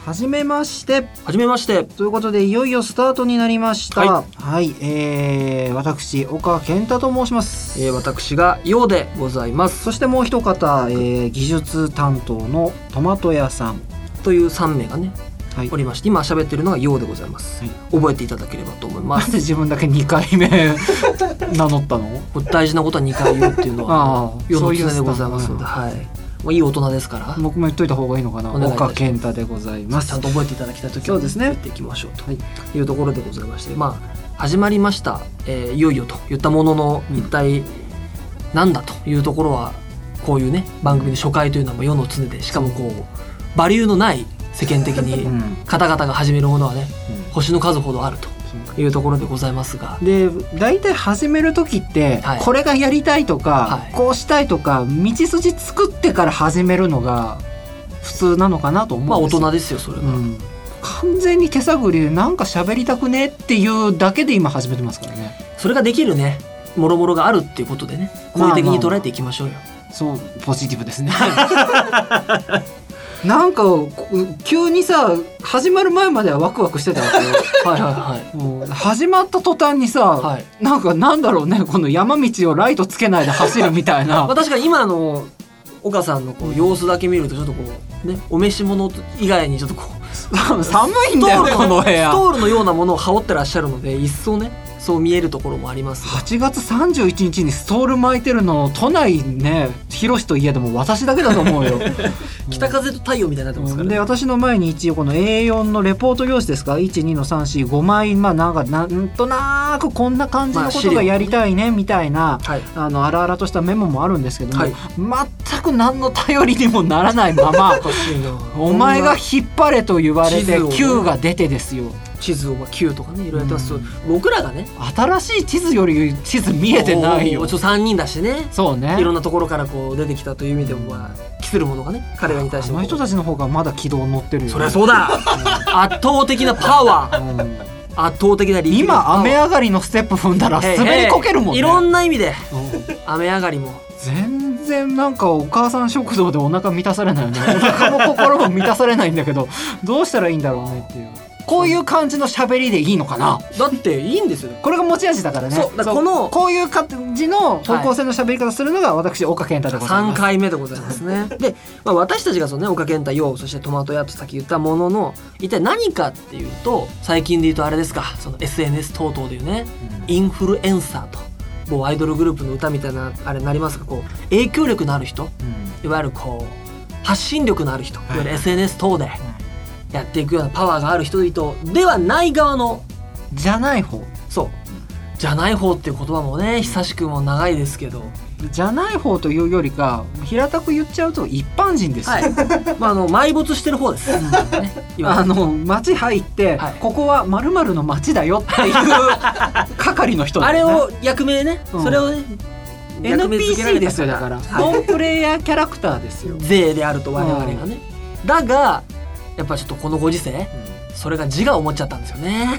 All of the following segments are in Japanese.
はじめましてはじめましてということでいよいよスタートになりました。はい、私岡健太と申します。 私がようでございます。 そしてもう一方、技術担当のトマト屋さんという3名がね、 はい、 おりまして、今喋ってるのがようでございます、はい、覚えていただければと思います。 なんで自分だけ2回目名乗ったの？ 大事なことは2回言うっていうのは世の常でございますので、はい、もういい大人ですから。 僕も言っといた方がいいのかな。岡健太でございます。 ちゃんと覚えていただきたいときは言っていきましょうというところでございまして、まあ始まりました、いよいよと言ったものの、一体なんだというところは、こういうね番組の初回というのは世の常で、しかもこうバリューのない世間的に方々が始めるものはね、星の数ほどあるというところでございますが、 で大体始める時って、はい、これがやりたいとか、はい、こうしたいとか道筋作ってから始めるのが普通なのかなと思うんですよ。 まあ大人ですよそれは、 完全に手探りでなんか喋りたくねっていうだけで今始めてますからね。 それができるねもろもろがあるっていうことでね、好意的に捉えていきましょうよ。 そうポジティブですねなんか急にさ始まる前まではワクワクしてたわけよはいはいはい、 もう始まった途端にさ、はい、なんだろうね、この山道をライトつけないで走るみたいな確かに今の岡さんのこう様子だけ見るとちょっとこうね、お召し物以外にちょっとこう寒いんだよこの部屋。 ストールのようなものを羽織ってらっしゃるので、一層ねそう見えるところもあります。 8月31日にストール巻いてるの都内ね、広しといえども私だけだと思うよ北風と太陽みたいになってますからね。 で私の前に一応この A4 のレポート用紙ですか、 1,2 の 3,4,5 枚、まあなんとなくこんな感じのことがやりたいねみたいな、はい、荒々としたメモもあるんですけども、はい、全く何の頼りにもならないままお前が引っ張れと言われて Q が出てですよ。 地図を9とかねいろいろやってます、僕らがね新しい地図より地図見えてないよ。 3人だしね、 そうね、 いろんなところからこう出てきたという意味でも、期するものがね彼らに対しても、 あの人たちの方がまだ軌道乗ってるよ、ね、 そりゃそうだ圧倒的なパワー、圧倒的な力。 今雨上がりのステップ踏んだら滑りこけるもんね、 いろんな意味で、雨上がりも全然なんかお母さん食堂でお腹満たされないよねお腹も心も満たされないんだけどどうしたらいいんだろうねっていう。こういう感じの喋りでいいのかな。 だっていいんですよ、これが持ち味だからね。そうだからこういう感じの方向性の喋り方するのが私岡健太でございます。 3回目でございますねで、私たちがそのね岡健太よう、そしてトマト屋とさっき言ったものの一体何かっていうと、最近で言うとあれですか、その SNS 等々でいうね、インフルエンサーともうアイドルグループの歌みたいなあれになりますが、こう影響力のある人、いわゆるこう発信力のある人、いわゆる SNS 等でやっていくようなパワーがある人々ではない側の、 じゃない方、 そうじゃない方っていう言葉もね久しくも長いですけど、 じゃない方というよりか平たく言っちゃうと一般人ですよ、 埋没してる方です、 町入って、ここは〇〇の町だよっていう係の人だよね。あれを役名ね、それをね NPC ですよ。だからノンプレイヤーキャラクターですよ、 税であると我々がね、だがやっぱちょっとこのご時世、それが自我を持っちゃったんですよね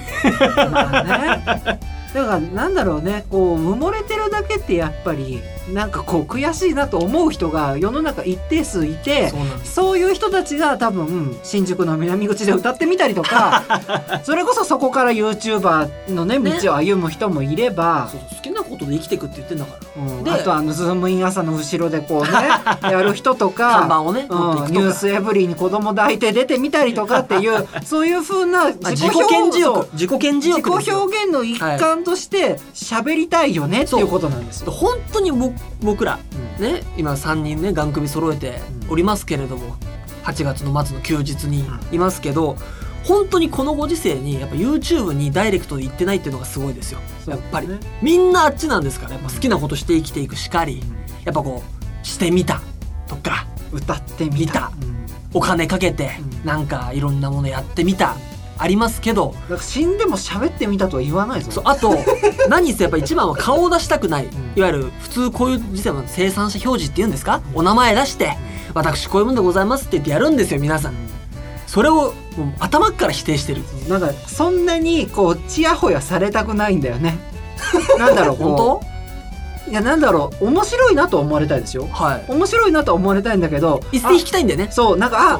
だからなんだろうね、こう埋もれてるだけってやっぱりなんかこう悔しいなと思う人が世の中一定数いて、そういう人たちが多分新宿の南口で歌ってみたりとかそれこそそこから YouTuber のね道を歩む人もいれば、 そう好きなことで生きていくって言ってんだから、 であとズームイン朝の後ろでこうねやる人とか看板をね、 ニュースエブリーに子供抱いて出てみたりとかっていうそういう風な自己顕示欲の一環として喋りたいよねっていうことなんですよ。 本当に僕ら、ね今3人ねガン首揃えておりますけれども、8月の末の休日にいますけど、本当にこのご時世にやっぱ YouTube にダイレクトで行ってないっていうのがすごいですよ。やっぱり、みんなあっちなんですから、やっぱ好きなことして生きていくしかり、やっぱこうしてみたとか歌ってみた、 お金かけてなんかいろんなものやってみたありますけど、 だから死んでも喋ってみたとは言わないぞ。 そう、あと何せやっぱ一番は顔を出したくない、いわゆる普通こういう時代は生産者表示っていうんですか、お名前出して私こういうもんでございますって言ってやるんですよ皆さん。それをもう頭から否定してる。 なんかそんなにこうチヤホヤされたくないんだよねなんだろう、 本当いやなんだろう、面白いなと思われたいですよ、面白いなと思われたいんだけど一線引きたいんだよね。 そうなんか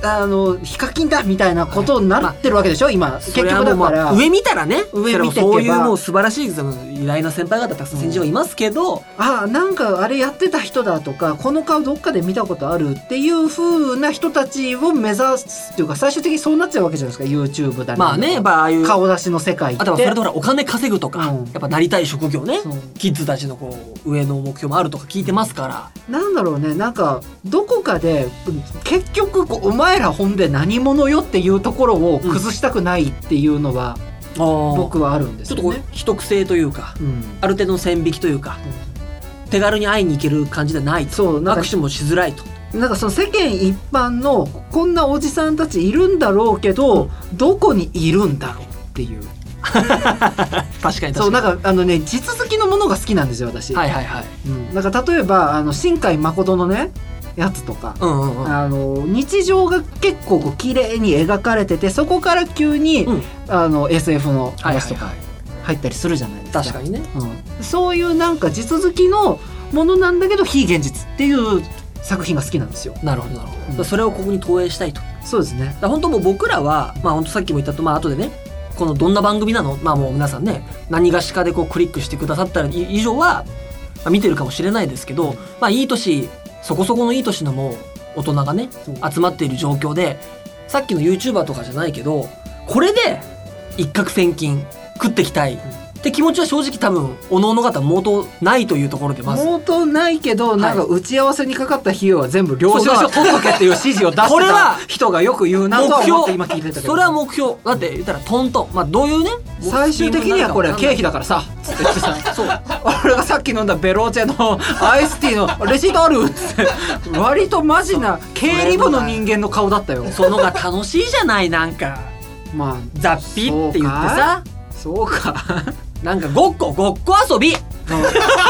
ヒカキンだみたいなことになってるわけでしょ、今結局だから、 上見たらね、 上見てけばそういうもう素晴らしい偉大な先輩方たくさん戦場いますけど、 なんかあれやってた人だとか、この顔どっかで見たことあるっていう風な人たちを目指すっていうか、最終的にそうなっちゃうわけじゃないですか、 YouTube だね、 まあね、ああいう顔出しの世界って。 あとはそれとほらお金稼ぐとか、 やっぱなりたい職業ね、キッズたちのこう上の目標もあるとか聞いてますから、 なんだろうね、なんかどこかで結局お前らほんで何者よっていうところを崩したくないっていうのは、僕はあるんですよね。 ちょっとこう秘匿性というか、ある程度の線引きというか、手軽に会いに行ける感じではないと。そう握手もしづらいと。 なんかその世間一般のこんなおじさんたちいるんだろうけど、どこにいるんだろうっていう確かに。 そう、なんか地続きのものが好きなんですよ私。 はいはいはい。 なんか例えば新海誠のねやつとか、日常が結構こう綺麗に描かれてて、そこから急に、SF の話とか入ったりするじゃないですか。 確かにね、 そういうなんか地続きのものなんだけど非現実っていう作品が好きなんですよ。 なるほどなるほど、それをここに投影したいと。 そうですね。 本当もう僕らは本当さっきも言ったと、後でねこのどんな番組なの、もう皆さんね何がしかでこうクリックしてくださった以上は、見てるかもしれないですけど、いい年、そこそこのいい年のもう大人がね集まっている状況で、さっきの YouTuber とかじゃないけど、これで一攫千金食っていきたいって気持ちは正直多分おのおの方毛頭ないというところで、まず毛頭ないけど、なんか打ち合わせにかかった費用は全部領収書取っとけっていう指示を出してた人がよく言うなとは思って今聞いてたけど、 それは目標だって言ったらトントン、どういうね最終的にはこれ経費だからさつって言ってさそう俺がさっき飲んだベローチェのアイスティーのレシートあるっつって割とマジな経理部の人間の顔だったよ。 そのが楽しいじゃない、なんか雑費って言ってさ、 そうかなんかごっこ遊び、でも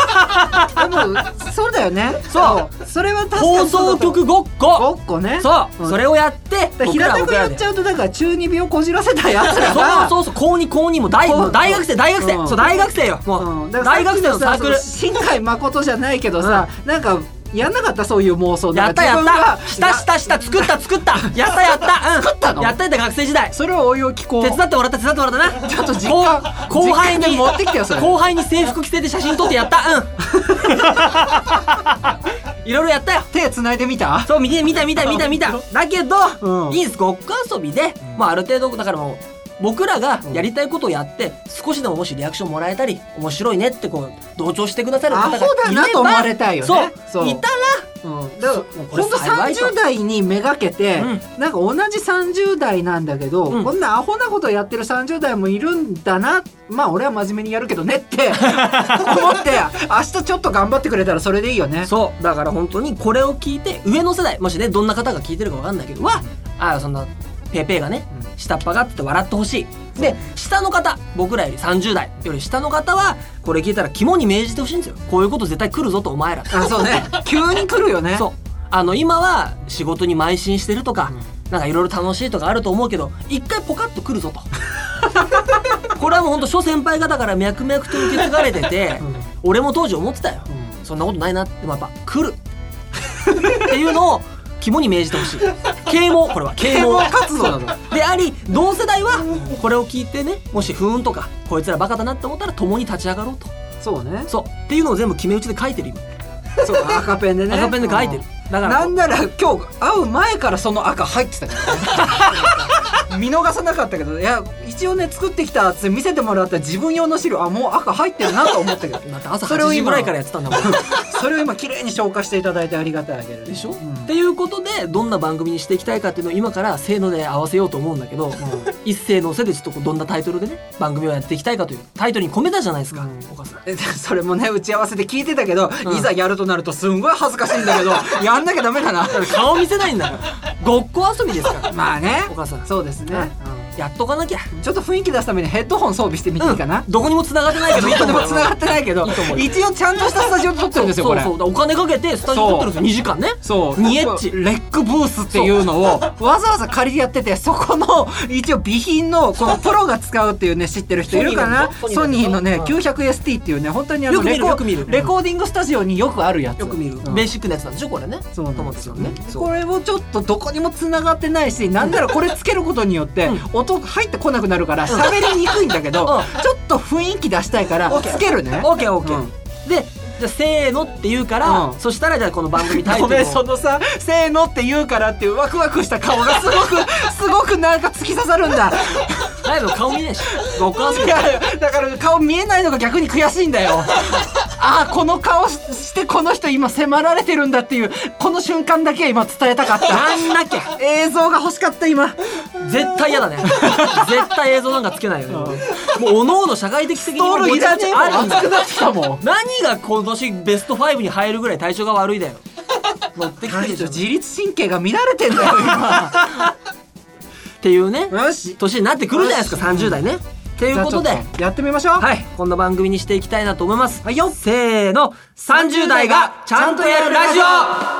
そうだよね。それは確かに放送局ごっこね。 それをやって平たくやっちゃうと、だから中二病こじらせたやつらがそう高2も大学生、そう大学生よ、もう大学生のサークル。 新海誠じゃないけどさ、なんかやんなかった、そういう妄想。 やったした作った作った学生時代。 それをおいおい聞こう。 手伝ってもらったな。 ちょっと後輩に持ってきてよ。それ後輩に制服着せて写真撮ってやった。いろいろやったよ。 手繋いでみた。 そう見ただけど、いいです、ごっこ遊びで、ある程度だからもう僕らがやりたいことをやって、少しでももしリアクションもらえたり、面白いねってこう同調してくださる方がいれば、 アホだなと思われたいよね。 そういたら、 だから本当30代にめがけて、なんか同じ30代なんだけど、こんなアホなことやってる30代もいるんだな、俺は真面目にやるけどねって思って明日ちょっと頑張ってくれたらそれでいいよね。 そうだから本当にこれを聞いて、上の世代もしねどんな方が聞いてるか分かんないけど、そんなペーペーがね、下っ端がって笑ってほしい。で下の方、僕らより30代より下の方はこれ聞いたら肝に銘じてほしいんですよ。こういうこと絶対来るぞと、お前ら。 そうね急に来るよね。 そう今は仕事に邁進してるとか、なんかいろいろ楽しいとかあると思うけど、一回ポカッと来るぞとこれはもうほんと諸先輩方から脈々と受け継がれてて、俺も当時思ってたよ、そんなことないなって。やっぱ来るっていうのを肝に銘じてほしい。これは啓蒙活動なのであり、同世代はこれを聞いてね、もし不運とかこいつらバカだなって思ったら共に立ち上がろうと。 そうね。 っていうのを全部決め打ちで書いてる今。 そう赤ペンでね。 赤ペンで書いてる。だからなんなら今日会う前からその赤入ってたからね見逃さなかったけど、いや一応ね作ってきたって見せてもらった自分用の資料、もう赤入ってるなと思ったけどだって朝8時ぐらいからやってたんだもんそれを今綺麗に消化していただいてありがたいあげるでしょ、っていうことでどんな番組にしていきたいかっていうのを今からせーので合わせようと思うんだけど、一斉のせでちょっとどんなタイトルでね番組をやっていきたいかというタイトルに込めたじゃないですか、お母さん。 それもね打ち合わせで聞いてたけど、いざやるとなるとすんごい恥ずかしいんだけどやんなきゃダメかな顔見せないんだからごっこ遊びですから。 まあね、 お母さん。 そうですね、 やっとかなきゃ。 ちょっと雰囲気出すためにヘッドホン装備してみていいかな。 どこにも繋がってないけどいいと思う。 繋がってないけど一応ちゃんとしたスタジオで撮ってるんですよこれ。 そうお金かけてスタジオ撮ってるんですよ2時間ね。 そう 2エッチレックブースっていうのをわざわざ借りてやってて、そこの一応備品のこのプロが使うっていうね、知ってる人いるかな。ソニーのね 900ST っていうね、本当にレコーディングスタジオによくあるやつ、 よく見るベーシックなやつなんでしょこれね。 そうなんですよね。 そうこれをちょっとどこにも繋がってないし、なんならこれつけることによって音入ってこなくなるから喋りにくいんだけど、ちょっと雰囲気出したいからつけるね。 オッケーで、じゃあせーのって言うから、そしたらじゃあこの番組タイトルをごめん、そのさせーのって言うからっていうワクワクした顔がすごくなんか突き刺さるんだ。 ライブ顔見えないし、お母さん。 いやだから顔見えないのが逆に悔しいんだよ。ああこの顔してこの人今迫られてるんだっていうこの瞬間だけは今伝えたかった。 なんだっけ映像が欲しかった今。 絶対嫌だね。絶対映像なんかつけないよね。もうおのおの社会的責任ストールいらねえもん、熱くなってきたもん。 何が今年ベスト5に入るぐらい体調が悪いだよ。持ってきてるじゃん。 自律神経が乱れてんだよ今。 っていうねよし年になってくるじゃないですか30代ね。ということでやってみましょう。 はい、こんな番組にしていきたいなと思います。 はいよ。 せーの、30代がちゃんとやるラジオ。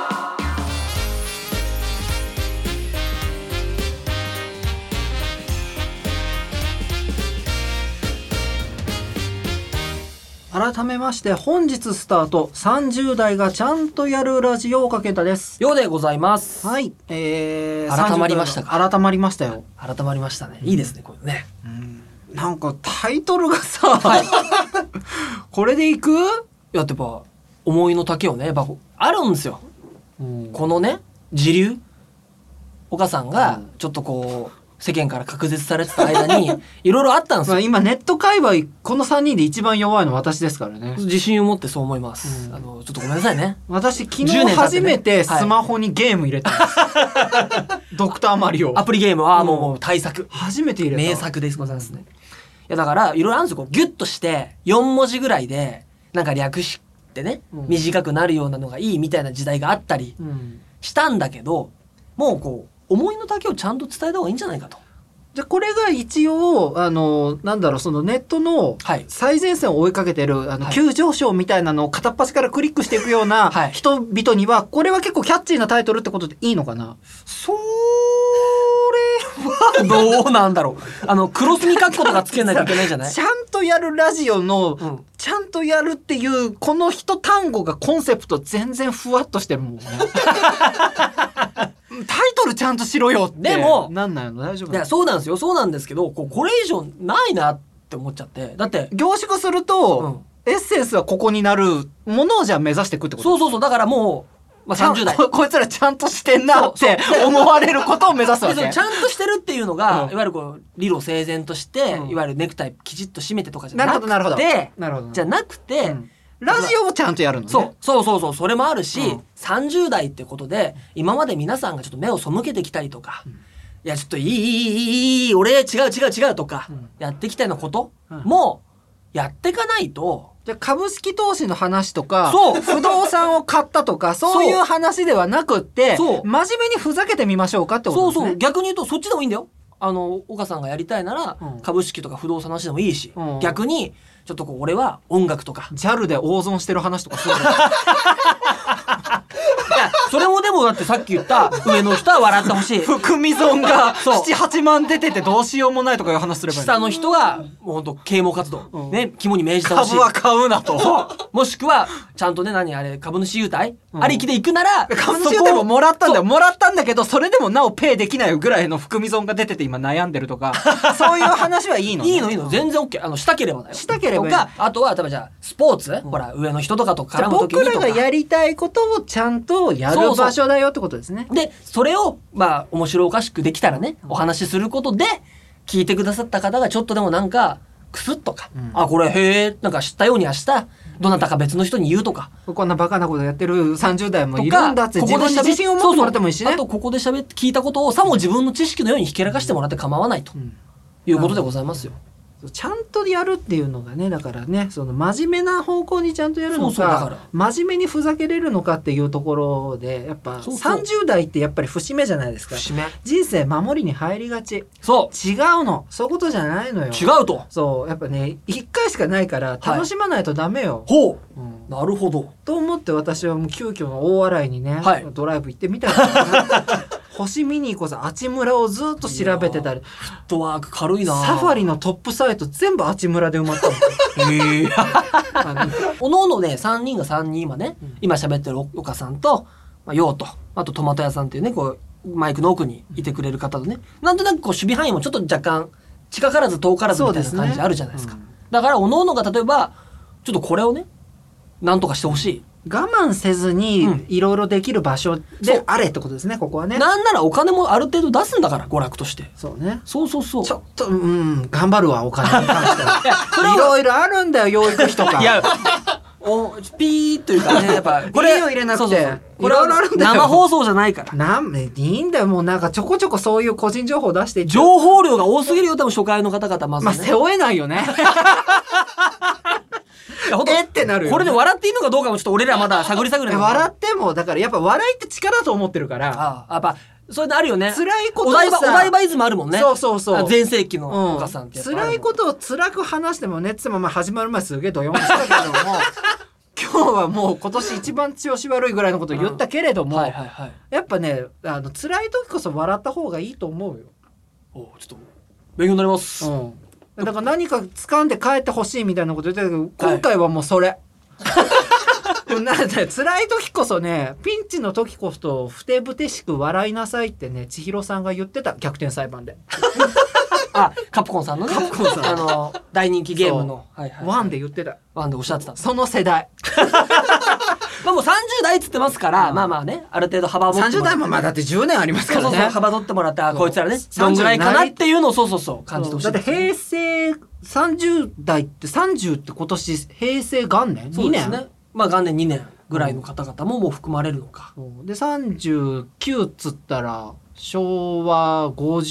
改めまして本日スタート30代がちゃんとやるラジオをかけたです。 ようでございます。 はい、 改まりましたか。 改まりましたよ。 改まりましたね。いいですねこれね。 なんかタイトルがさ、これでいく？ いややっぱ思いの丈をね、やっぱあるんですよ。このね時流、岡さんがちょっとこう世間から隔絶されてた間にいろいろあったんですよ。 今ネット界隈この3人で一番弱いの私ですからね。 自信を持ってそう思います。ちょっとごめんなさいね。 私昨日初めてスマホにゲーム入れたんです、ドクターマリオアプリゲーム。もう大作、 初めて入れた名作ですございますね。いやだからいろいろあるんですよ。こうギュッとして4文字ぐらいでなんか略してね、短くなるようなのがいいみたいな時代があったりしたんだけど、もうこう思いの丈をちゃんと伝えた方がいいんじゃないかと。 じゃあこれが一応なんだろう、そのネットの最前線を追いかけてる急上昇みたいなのを片っ端からクリックしていくような人々にはこれは結構キャッチーなタイトルってことでいいのかな。 それはどうなんだろう。クロスに書くことがつけないといけないじゃない。 ちゃんとやるラジオの、ちゃんとやるっていうこの一単語がコンセプト全然ふわっとしてるもんね。タイトルちゃんとしろよって。 でもなんないの大丈夫。 いやそうなんですよ。そうなんですけどこれ以上ないなって思っちゃって。だって凝縮すると、エッセンスはここになるものをじゃあ目指していくってこと。 そうだからもう、30代こいつらちゃんとしてんなって思われることを目指すわけ。 ちゃんとしてるっていうのが、いわゆるこう理路整然として、いわゆるネクタイきちっと締めてとかじゃなくて、じゃなくて、 ラジオをちゃんとやるのね。 そうそれもあるし、30代ってことで今まで皆さんがちょっと目を背けてきたりとか、いやちょっといい俺違うとか、やってきたようなこともやっていかないと。 じゃあ株式投資の話とか不動産を買ったとかそういう話ではなくって真面目にふざけてみましょうかってことですね。 そう逆に言うとそっちでもいいんだよ。岡さんがやりたいなら、株式とか不動産の話でもいいし、逆にちょっとこう俺は音楽とか JAL で大損してる話とかするいやそれもでもだってさっき言った上の人は笑ってほしい。 含み損が 7,8 万出ててどうしようもないとかいう話すればいい。 下の人がもうほんと啓蒙活動、ね、肝に銘じてほしい。 株は買うなと。 もしくはちゃんとね何あれ株主優待、ありきで行くなら株主優待ももらったんだよ。もらったんだけどそれでもなおペイできないぐらいの含み損が出てて今悩んでるとかそういう話はいいの、ね、 いいの全然 OK。したければだよ。したければとか、あとは例えばじゃあスポーツ、ほら上の人とかと絡む時にとか、 僕らがやりたいことをちゃんとやる場所だよってことですね。 でそれを面白おかしくできたらね、お話しすることで聞いてくださった方がちょっとでもなんかクスッとか、これへえなんか知ったように明日どなたか別の人に言うとか、 こんなバカなことやってる30代もいるんだって自分に自信を持ってもらってもいいしね。 あとここで聞いたことをさも自分の知識のようにひけらかしてもらって構わないということでございますよ。 ちゃんとやるっていうのがね、だからね、その真面目な方向にちゃんとやるのか、 だから真面目にふざけれるのかっていうところで、やっぱ30代ってやっぱり節目じゃないですか。 節目。 人生守りに入りがち。 そう。 違うの。そういうことじゃないのよ。 違うと。 そう。やっぱね、1回しかないから楽しまないとダメよ。 ほう。なるほど。 と思って私はもう急遽の大洗にね、ドライブ行ってみたいな。星見に行こうさ、あちむらをずっと調べてたり。 フットワーク軽いな。 サファリのトップサイト全部あちむらで埋まったの。 おのおのね、3人が3人今ね、今喋ってる岡さんと、ヨウと、あとトマト屋さんっていうね、こう、マイクの奥にいてくれる方とね、なんとなくこう守備範囲もちょっと若干、近からず遠からずみたいな感じあるじゃないですか。だからおのおのが例えば、ちょっとこれをね、なんとかしてほしい。 我慢せずにいろいろできる場所であれってことですね、ここはね。 なんならお金もある程度出すんだから、娯楽として。 そうね。 そうそうそう。 ちょっと頑張るわ、お金に関しては。いろいろあるんだよ、養育費とか。いやピーというかね、やっぱこれを入れなくて、 これは生放送じゃないから。 いいんだよ、もうなんかちょこちょこそういう個人情報出していって。 情報量が多すぎるよ、多分初回の方々まずね。 背負えないよね。ってなるよ、 これで笑っていいのかどうかもちょっと俺らまだ探り探り。 笑ってもだからやっぱ笑いって力だと思ってるから。 やっぱそういうのあるよね。 辛いことをお台場イズムあるもんね。 そう全盛期の岡さんって辛いことを辛く話してもね、つも始まる前すげえドヨンしたけども今日はもう今年一番調子悪いぐらいのことを言ったけれども、やっぱね、辛い時こそ笑った方がいいと思うよ。 ちょっと勉強になります。 だから何か掴んで帰ってほしいみたいなこと言ってたけど、今回はもうそれ。なんだよ、辛い時こそね、ピンチの時こそふてぶてしく笑いなさいってね、千尋さんが言ってた、逆転裁判で。 カプコンさんのね、大人気ゲームのワンで言ってた。 ワンでおっしゃってた。 その世代。 もう30代っつってますから、まあまあね、ある程度幅を持って 30代もまあだって10年ありますからね。 幅取ってもらって、こいつらね、どんぐらいかなっていうのをそう感じてほしい。 だって平成30代って30って今年平成元年2年ね。 まあ元年2年ぐらいの方々ももう含まれるのか。 で39っつったら昭和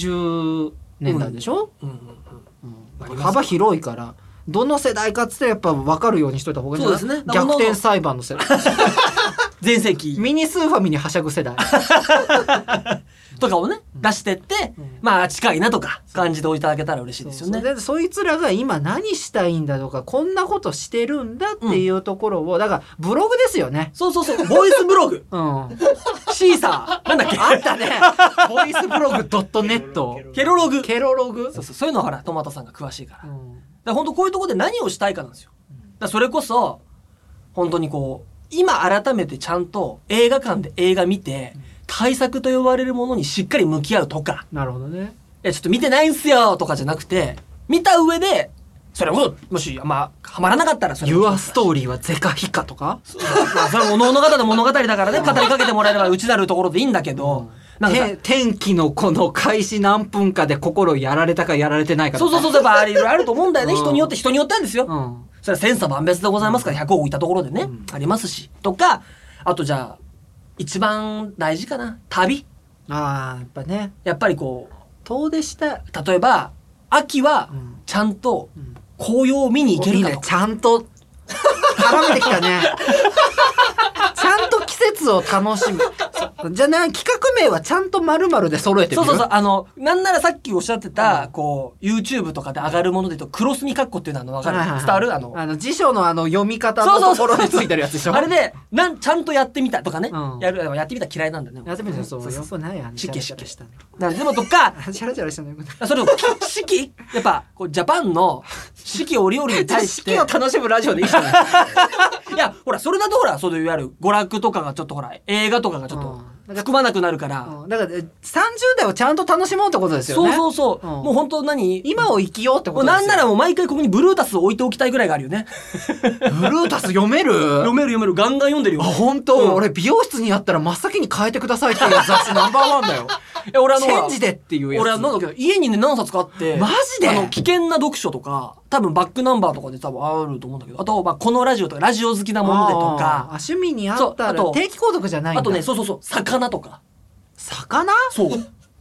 50年代でしょ。幅広いからどの世代かっつってやっぱ分かるようにしといた方がいいんじゃない。そうですね。逆転裁判の世代。 全盛期ミニスーファミにはしゃぐ世代とかをね出してって、まあ近いなとか感じておいていただけたら嬉しいですよね。 そいつらが今何したいんだとか、こんなことしてるんだっていうところを、だからブログですよね。 そうボイスブログ。シーサーなんだっけ、 あったね。ボイスブログ.net、 ケロログ。そういうのはほらトマトさんが詳しいから。だから本当こういうところで何をしたいかなんですよ。だそれこそ本当にこう今改めてちゃんと映画館で映画見て、大作と呼ばれるものにしっかり向き合うとか。 なるほどね。 ちょっと見てないんすよとかじゃなくて、見た上でそれももしハマらなかったらそれ。 ユアストーリーはゼカヒカとか。 それも物語の物語だからね、語りかけてもらえれば内なるところでいいんだけど。 天気のこの開始何分かで心やられたかやられてないか。 そうやっぱいろいろあると思うんだよね。人によってなんですよ。それは千差万別でございますから、100を置いたところでね、ありますし。とか、あとじゃあ、一番大事かな。旅。 やっぱね。 やっぱりこう、 遠出したい。 例えば、秋は、ちゃんと、紅葉を見に行けるかと。 ちゃんと、絡めてきたね。ちゃんと季節を楽しむ。じゃあ企画名はちゃんと〇〇で揃えてみる。 そうなんならさっきおっしゃってた、こう YouTube とかで上がるもので言うとクロスミカッコっていうのは分かる、伝わる辞書の読み方のところについてるやつでしょ。 あれでちゃんとやってみたとかね、やってみた嫌いなんだね。 やってみたそうよくないやん。 シケしたでもとかチャラチャラしたのよ。 それを四季やっぱこうジャパンの四季折々に対して四季を楽しむラジオでいいじゃない。 いやほらそれだとほらそういういわゆる娯楽とかがちょっとほら映画とかがちょっと含まなくなるから、 だから30代をちゃんと楽しもうってことですよね。 そう、もう本当今を生きようってことですよ。 なんならもう毎回ここにブルータスを置いておきたいぐらいがあるよね。 ブルータス読めるガンガン読んでるよ。 本当、俺美容室にあったら真っ先に変えてくださいっていう雑誌ナンバーワンだよ。 俺チェンジでっていうやつ。 俺なんだけど家にね何冊かあって、 マジで危険な読書とか多分バックナンバーとかで多分あると思うんだけど、あとこのラジオとかラジオ好きなものでとか、 趣味にあったら定期購読じゃないんだ。 あとね魚とか。 魚？ そう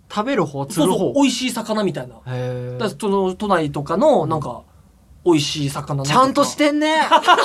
食べる方、釣る方。 そうそう、美味しい魚みたいな。だからその都内とかのなんか美味しい魚ちゃんとしてんね。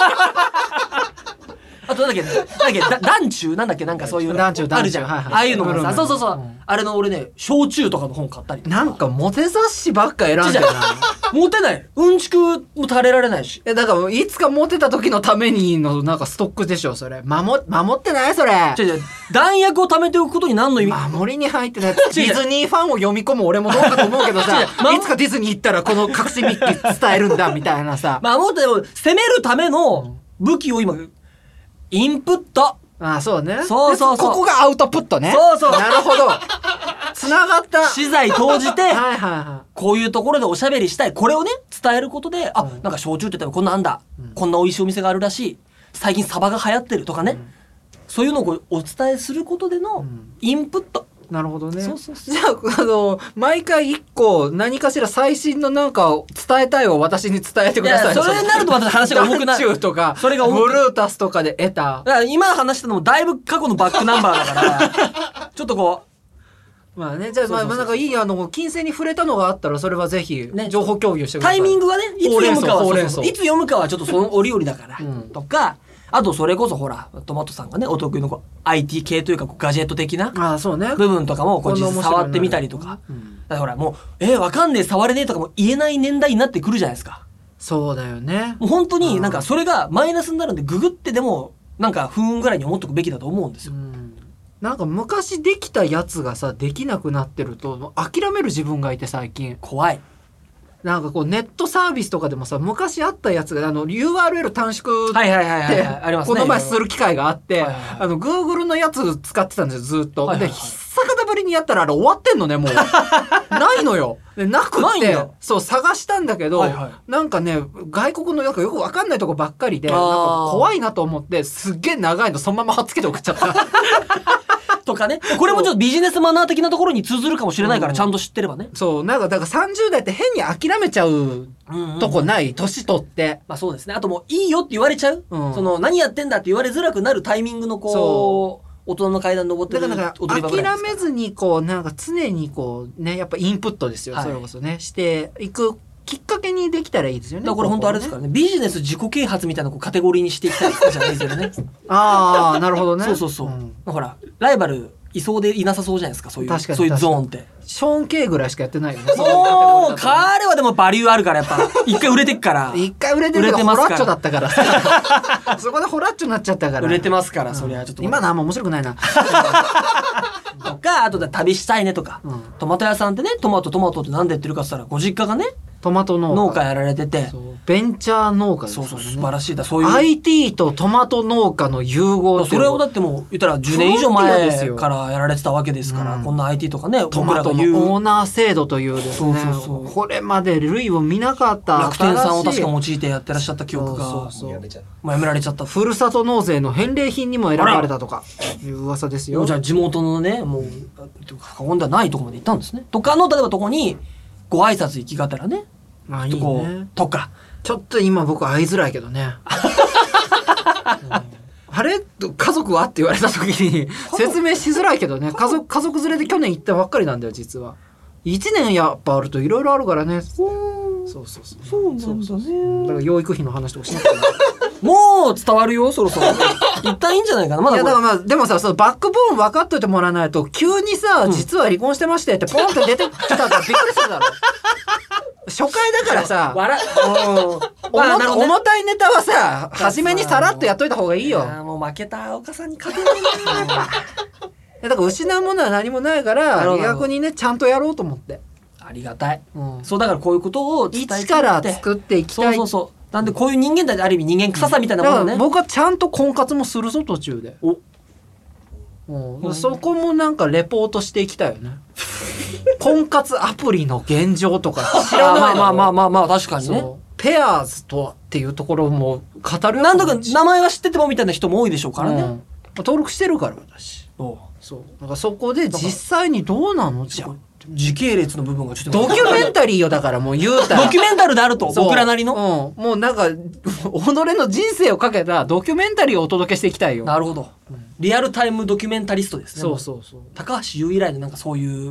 あとなんだっけ団中なんだっけ、なんかそういう団中あるじゃん、 はいはい、 ああいうのがさ、そうそうそう、 うん、 あれの俺ね焼酎とかの本買ったりとか。 なんかモテ雑誌ばっか選んでるな。 モテない、うんちくも垂れられないし。 だからいつかモテた時のためにのなんかストックでしょそれ。守ってないそれ。 弾薬を貯めておくことに何の意味。 守りに入ってない。ディズニーファンを読み込む俺もどうかと思うけどさ、いつかディズニー行ったらこの隠し日記伝えるんだみたいなさ。 守って攻めるための武器を今インプット。 ああそうね。 そうそうそう。 ここがアウトプットね。 そうそう。 なるほど。つながった。 資材投じて、 はいはいはい。 こういうところでおしゃべりしたい。これをね伝えることで、あ、なんか焼酎って言ったらこんなんだ、こんな美味しいお店があるらしい。最近サバが流行ってるとかね。そういうのをお伝えすることでのインプット。 なるほどね。 そうそうそう。 じゃあ毎回一個何かしら最新のなんかを伝えたいを私に伝えてください。 いやそれになるとまた話が重くなる。 団中とかそれがブルータスとかで得た。 だから今話したのもだいぶ過去のバックナンバーだからちょっとこうまあね、じゃあまあなんかいい金星に触れたのがあったらそれはぜひね情報共有してください。 タイミングがねいつ読むかはほうれん草いつ読むかはちょっとその折々だから、とか。あとそれこそほらトマトさんがねお得意のIT 系というかガジェット的な部分とかも実際触ってみたりとか、だからほらもうわかんねえ触れねえとかも言えない年代になってくるじゃないですか。 そうだよね。 もう本当になんかそれがマイナスになるんでググってでもなんか不運ぐらいに思っとくべきだと思うんですよ。 なんか昔できたやつがさできなくなってると諦める自分がいて最近怖い。 なんかこうネットサービスとかでもさ昔あったやつがURL 短縮ってこの前する機会があってGoogle のやつ使ってたんですよずっと。で久方ぶりにやったらあれ終わってんのねもうないのよ。でなくってそう探したんだけど、なんかね外国のなんかよく分かんないとこばっかりでなんか怖いなと思ってすっげえ長いのそのまま貼っつけて送っちゃった。 とかね、これもちょっとビジネスマナー的なところに通ずるかもしれないからちゃんと知ってればね。 そうなんかだから30代って変に諦めちゃうとこない、年取って。 まあそうですね。あともういいよって言われちゃう、その何やってんだって言われづらくなるタイミングのこう大人の階段登ってるだから諦めずにこうなんか常にこうねやっぱインプットですよ、それこそねしていくきっかけにできたらいいですよね。 だからこれ本当あれですからね、ビジネス自己啓発みたいなカテゴリーにしていきたいじゃないですよね。 ああなるほどね。 そうそうそう、ほらライバルいそうでいなさそうじゃないですか、そういうゾーンって。 ショーン・ケイぐらいしかやってないよね。 そう、彼はでもバリューあるからやっぱ一回売れてっから。 一回売れてるからホラッチョだったからさ。そこでホラッチョになっちゃったから。 売れてますから、そりゃちょっと。 今のあんま面白くないな。 とか、あとで旅したいねとか、トマト屋さんってね、トマトってなんで言ってるかって言ったら、ご実家がね、 トマト農家やられてて、 ベンチャー農家ですね。 そう素晴らしいだ。そういう IT とトマト農家の融合。 それをだってもう言ったら10年以上前からやられてたわけですから、こんな IT とかね、 トマトのオーナー制度というですね、これまで類を見なかった楽天さんを確か用いてやってらっしゃった記憶がもうやめられちゃった。 ふるさと納税の返礼品にも選ばれたとかいう噂ですよ。 じゃあ地元のねもう過言ではないところまで行ったんですね。とかの例えばとこにご挨拶行きがてらね。 まあいいね。 とかちょっと今僕会いづらいけどね。あれ家族はって言われた時に説明しづらいけどね。家族連れで去年行ったばっかりなんだよ実は。1年やっぱあるといろいろあるからね。そうなんだね。 だから養育費の話とかしなくてもう伝わるよそろそろ。一旦いいんじゃないかな。まだいやだからまあでもさそのバックボーン分かっといてもらわないと急にさ、実は離婚してましてってポンって出てきたからびっくりするだろ。初回だからさ重たいネタはさ初めにさらっとやっといた方がいいよ。 もう負けた岡さんに勝てないな。 だから失うものは何もないから逆にねちゃんとやろうと思って。 ありがたい、そうだからこういうことを伝えて一から作っていきたい。 そうなんでこういう人間である意味人間臭さみたいなものね、 僕はちゃんと婚活もするぞ途中で。そこもなんかレポートしていきたいよね。婚活アプリの現状とか知らないの。 まあ確かにね。 ペアーズとはっていうところも語るよ。 なんとか名前は知っててもみたいな人も多いでしょうからね。 登録してるから私。そうなんかそこで実際にどうなのじゃん。 時系列の部分がちょっとドキュメンタリーよだからもう言うたらドキュメンタルであると僕らなりの、 もうなんか己の人生をかけたドキュメンタリーをお届けしていきたいよ。 なるほど、リアルタイムドキュメンタリストですね。 そう高橋優以来のなんかそういう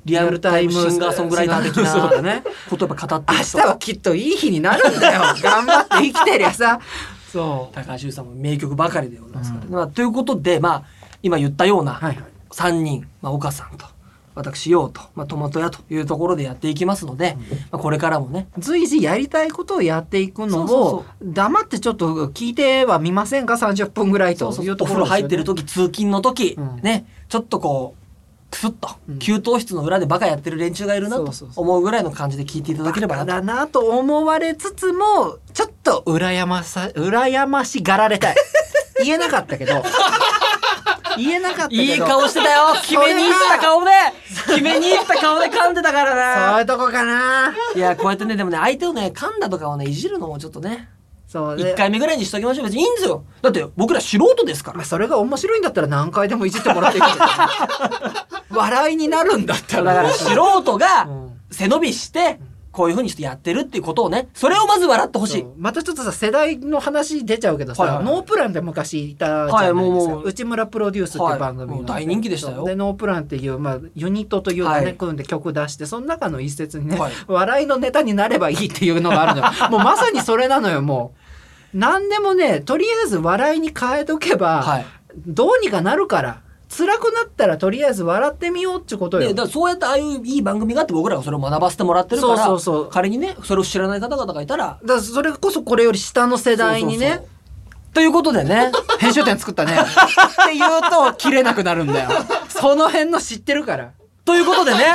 リアルタイムシンガーソングライター的なことをやっぱ語って明日はきっといい日になるんだよ頑張って生きてりゃさそう高橋優さんも名曲ばかりでございますから、ということで今言ったような3人、岡さんと私ようと、トマト屋というところでやっていきますので、これからもね随時やりたいことをやっていくのを黙ってちょっと聞いてはみませんか30分ぐらいというところ、 お風呂入ってる時通勤の時、ねちょっとこうクスッと給湯室の裏でバカやってる連中がいるなと思うぐらいの感じで聞いていただければなと。 だなと思われつつもちょっと羨ましがられたい言えなかったけどいい顔してたよ決めにいった顔で噛んでたからなそういうとこかな。 いやこうやってねでもね相手をね噛んだとかをねいじるのもちょっとねそう 1回目ぐらいにしときましょう。別にいいんですよ。だって僕ら素人ですから。 それが面白いんだったら何回でもいじってもらっていいけど笑いになるんだったらだから素人が背伸びしてこういう風にしてやってるっていうことをねそれをまず笑ってほしい。 またちょっとさ世代の話出ちゃうけどさ、ノープランって昔いたじゃないですか、内村プロデュースっていう番組が、 大人気でしたよ。 でノープランっていう、ユニットというかね、組んで曲出してその中の一節にね、笑いのネタになればいいっていうのがあるのよもうまさにそれなのよ。もう何でもねとりあえず笑いに変えとけば、どうにかなるから辛くなったらとりあえず笑ってみようってことよ。 だからそうやってああいういい番組があって僕らがそれを学ばせてもらってるから仮にねそれを知らない方々がいたらそれこそこれより下の世代にねということでね編集点作ったねって言うと切れなくなるんだよその辺の知ってるからということでね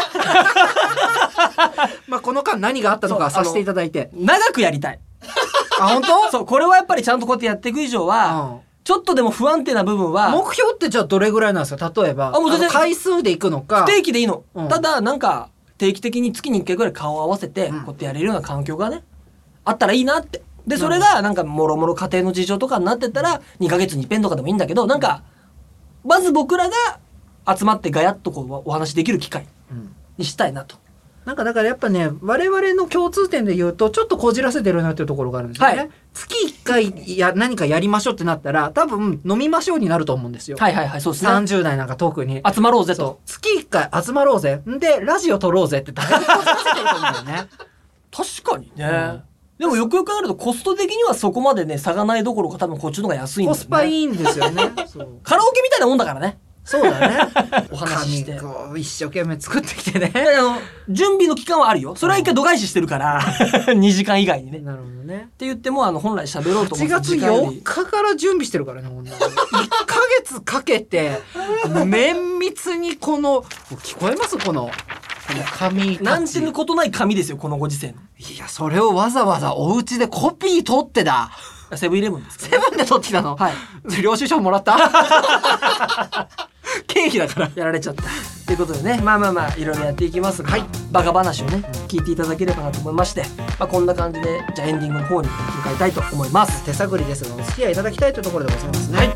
この間何があったのかさせていただいて長くやりたい本当？ そうこれはやっぱりちゃんとこうやってやっていく以上は、ちょっとでも不安定な部分は目標ってじゃあどれぐらいなんですか。例えばもう全然回数でいくのか不定期でいいの、ただなんか定期的に月に1回ぐらい顔を合わせてこうやってやれるような環境がねあったらいいなって。でそれがなんかもろもろ家庭の事情とかになってったら2ヶ月に一遍とかでもいいんだけどなんかまず僕らが集まってガヤッとこうお話できる機会にしたいなと。 だからやっぱね我々の共通点で言うとちょっとこじらせてるなっていうところがあるんですよね、月1回何かやりましょうってなったら多分飲みましょうになると思うんですよ。 そうですね。 30代なんか特に集まろうぜと月1回集まろうぜでラジオ撮ろうぜってだいぶこじらせてると思うんだよね確かにね、でもよくよく考えるとコスト的にはそこまでね差がないどころか多分こっちの方が安いんだよね。 コスパいいんですよねカラオケみたいなもんだからね。 そうだねお話しして一生懸命作ってきてね準備の期間はあるよ。それは一回度外視してるから2時間以外にね。 なるほどね。 って言っても本来喋ろうと思って8月4日から準備してるからね1ヶ月かけて綿密にこの聞こえますこの紙なんてぬことない紙ですよこのご時世の。 いやそれをわざわざお家でコピー取ってだ。 セブンイレブンですか、 セブンで取ってきたの。領収書もらった経費だからやられちゃったということでねいろいろやっていきますが、バカ話をね聞いていただければなと思いまして、こんな感じでじゃあエンディングの方に向かいたいと思います。 手探りですがお付き合いいただきたいというところでございますね。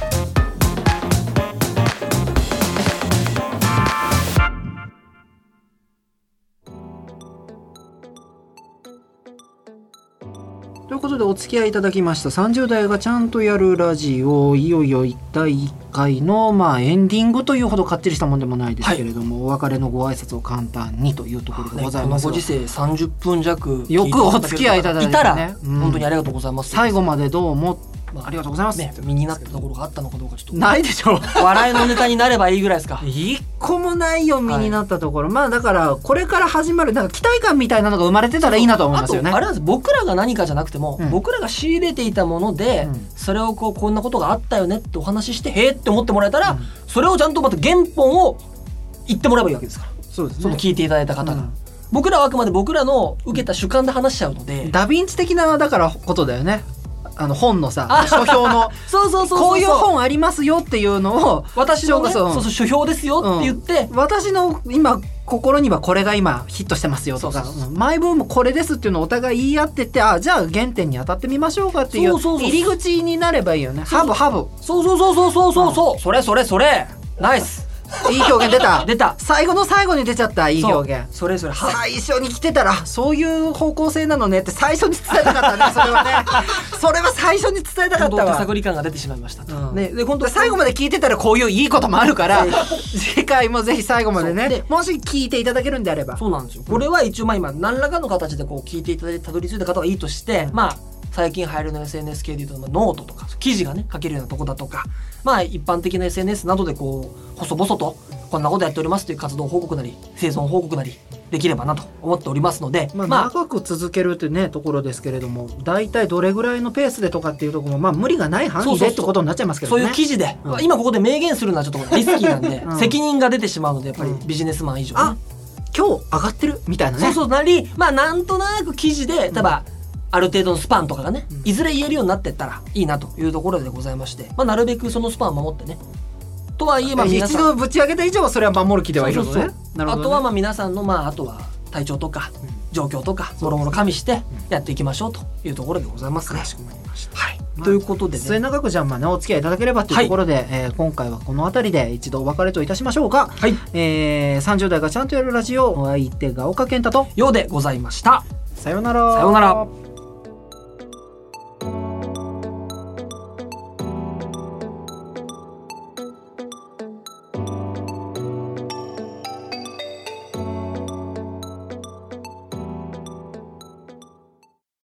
ということでお付き合いいただきました30代がちゃんとやるラジオ、いよいよ第1回のエンディングというほどかっちりしたもんでもないですけれども、お別れのご挨拶を簡単にというところでございます。 このご時世30分弱よくお付き合いいただいてね、 いたら本当にありがとうございます。 最後までどうもありがとうございます。 身になったところがあったのかどうかちょっとないでしょ笑いのネタになればいいぐらいですか。 一個もないよ身になったところ、だからこれから始まるなんか期待感みたいなのが生まれてたらいいなと思いますよね。 あとあれなんです、僕らが何かじゃなくても、僕らが仕入れていたもので、それをこんなことがあったよねってお話ししてへーって思ってもらえたら、それをちゃんとまた原本を言ってもらえばいいわけですから。 そうですね。 その聞いていただいた方が、僕らはあくまで僕らの受けた主観で話しちゃうので、 ダヴィンチ的なだからことだよね。本のさ書評のそうこういう本ありますよっていうのを私のね書評ですよって言って、 私の今心にはこれが今ヒットしてますよとか、マイブームこれですっていうのをお互い言い合ってて、じゃあ原点に当たってみましょうかっていう入り口になればいいよね。ハブそうそれナイスいい表現出た出た。 最後の最後に出ちゃったいい表現。 それ最初に来てたらそういう方向性なのねって最初に伝えたかったね。それはねそれは最初に伝えたかったわ。 手探り感が出てしまいましたと、 ね、で本当最後まで聞いてたらこういういいこともあるから次回もぜひ最後までね、もし聞いていただけるんであれば。 そうなんですよ。これは一応今何らかの形でこう聞いていただいてたどり着いた方はいいとして、最近流行りの SNS 系でいうと、ノートとか記事がね書けるようなとこだとか、一般的な SNS などでこう細々とこんなことやっておりますという活動報告なり生存報告なりできればなと思っておりますので、 長く続けるってねところですけれども、大体どれぐらいのペースでとかっていうところも無理がない範囲でってことになっちゃいますけどね。 そういう記事で、今ここで明言するのはちょっとリスキーなんで、責任が出てしまうのでやっぱりビジネスマン以上ね、 今日上がってるみたいなね。 なり、なんとなく記事で例えば、ある程度のスパンとかがね、いずれ言えるようになっていったらいいなというところでございまして、なるべくそのスパンを守ってね。とはいえ皆さん一度ぶち上げた以上はそれは守る気ではいるのね。 あとは皆さんのあとは体調とか状況とかもろもろ加味してやっていきましょうというところでございますね。 かしこまりました。 はい。ということでね、 末永くじゃあお付き合いいただければというところで、今回はこの辺りで一度お別れといたしましょうか。はい。30代がちゃんとやるラジオ、お相手が岡健太とようでございました。 さようなら。 さようなら。